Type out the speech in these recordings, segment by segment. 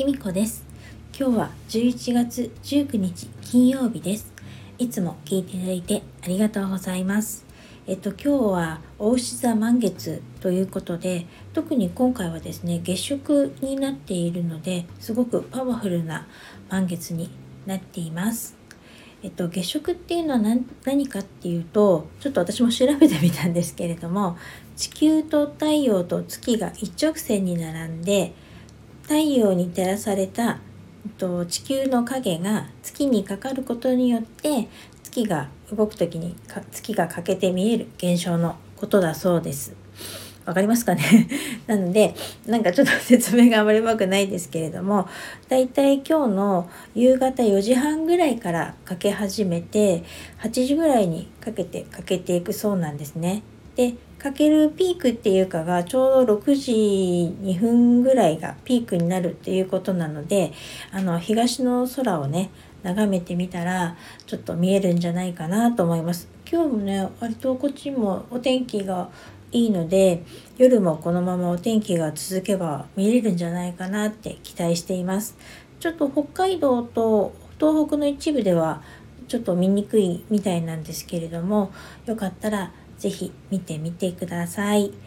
きみこです。今日は11月19日金曜日です。いつも聞いていただいてありがとうございます。今日は牡牛座満月ということで、特に今回はですね、月食になっているので、すごくパワフルな満月になっています。月食っていうのは何かっていうと、ちょっと私も調べてみたんですけれども、地球と太陽と月が一直線に並んで、太陽に照らされた地球の影が月にかかることによって、月が動くときに月が欠けて見える現象のことだそうです。わかりますかねなので、ちょっと説明があまりうまくないですけれども、だいたい今日の夕方4時半ぐらいからかけ始めて、8時ぐらいにかけていくそうなんですね。で、かけるピークっていうかがちょうど6時2分ぐらいがピークになるっていうことなので、東の空をね眺めてみたらちょっと見えるんじゃないかなと思います。今日もね、割とこっちもお天気がいいので、夜もこのままお天気が続けば見れるんじゃないかなって期待しています。ちょっと北海道と東北の一部ではちょっと見にくいみたいなんですけれども、よかったらぜひ見てみてください。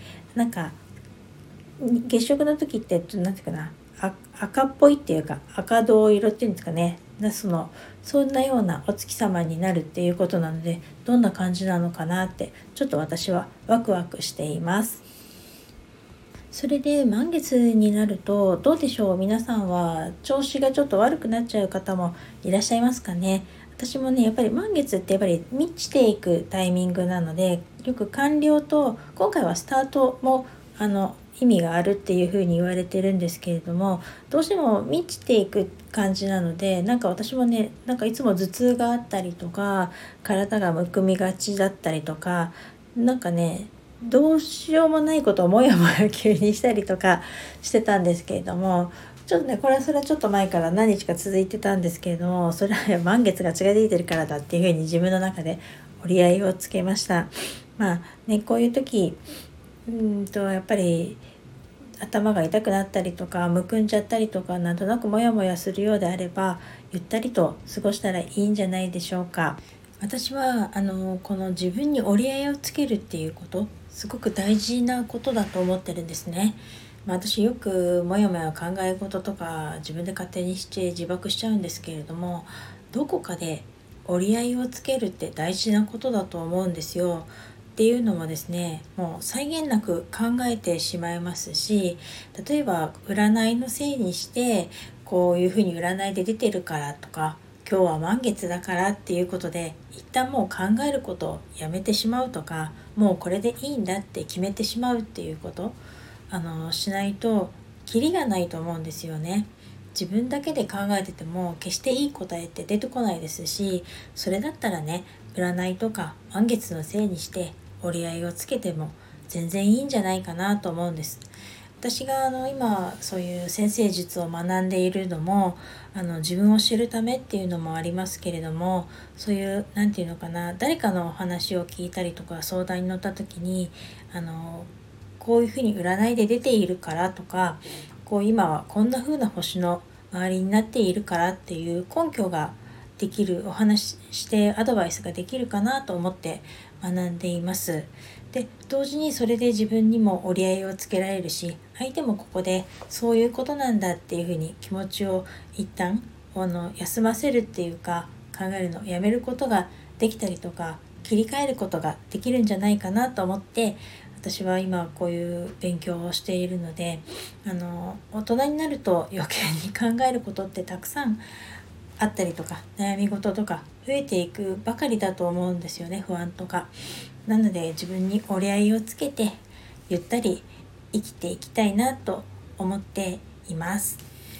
月食の時ってなんていうかな、赤っぽいっていうか赤銅色っていうんですかね、そんなようなお月様になるっていうことなので、どんな感じなのかなってちょっと私はワクワクしています。それで満月になるとどうでしょう。皆さんは調子がちょっと悪くなっちゃう方もいらっしゃいますかね。私もね、やっぱり満月って満ちていくタイミングなので、よく完了と今回はスタートも意味があるっていう風に言われてるんですけれども、どうしても満ちていく感じなので、私もね、いつも頭痛があったりとか、体がむくみがちだったりとか、どうしようもないことをもやもや急にしたりとかしてたんですけれども、ちょっとね、それはちょっと前から何日か続いてたんですけれども、それは満月が血が出てるからだっていうふうに自分の中で折り合いをつけました。こういう時やっぱり頭が痛くなったりとか、むくんじゃったりとか、なんとなくモヤモヤするようであれば、ゆったりと過ごしたらいいんじゃないでしょうか。私はこの自分に折り合いをつけるっていうこと、すごく大事なことだと思ってるんですね。私よくモヤモヤ考え事とか自分で勝手にして自爆しちゃうんですけれども、どこかで折り合いをつけるって大事なことだと思うんですよ。っていうのもですね、もう際限なく考えてしまいますし、例えば占いのせいにして、こういうふうに占いで出てるからとか、今日は満月だからっていうことで一旦もう考えることをやめてしまうとか、もうこれでいいんだって決めてしまうっていうことしないとキリがないと思うんですよね。自分だけで考えてても決していい答えって出てこないですし、それだったらね、占いとか満月のせいにして折り合いをつけても全然いいんじゃないかなと思うんです。私が今そういう先生術を学んでいるのも自分を知るためっていうのもありますけれども、そういう誰かのお話を聞いたりとか相談に乗った時にこういうふうに占いで出ているからとか、今はこんな風な星の周りになっているからっていう根拠ができるお話してアドバイスができるかなと思って学んでいます。で、同時にそれで自分にも折り合いをつけられるし、相手もここでそういうことなんだっていうふうに気持ちを一旦休ませるっていうか、考えるのをやめることができたりとか、切り替えることができるんじゃないかなと思って、私は今こういう勉強をしているので、大人になると余計に考えることってたくさんあったりとか、悩み事とか増えていくばかりだと思うんですよね、不安とか。なので自分に折り合いをつけてゆったり生きていきたいなと思っています。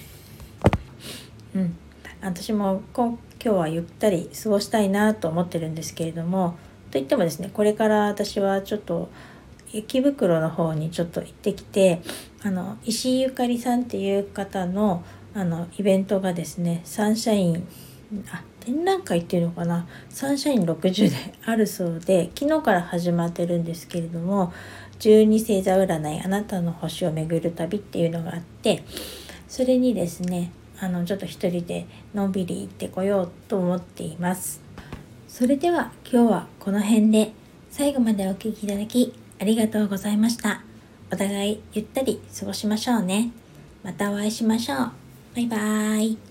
私も今日はゆったり過ごしたいなと思ってるんですけれども、といってもですね、これから私はちょっと池袋の方にちょっと行ってきて、石井ゆかりさんっていう方のイベントがですね、サンシャイン展覧会っていうのかな、サンシャイン60であるそうで、昨日から始まってるんですけれども、12星座占いあなたの星を巡る旅っていうのがあって、 それにですね、ちょっと一人でのんびり行ってこようと思っています。それでは今日はこの辺で、最後までお聞きいただきありがとうございました。お互いゆったり過ごしましょうね。またお会いしましょう。バイバーイ。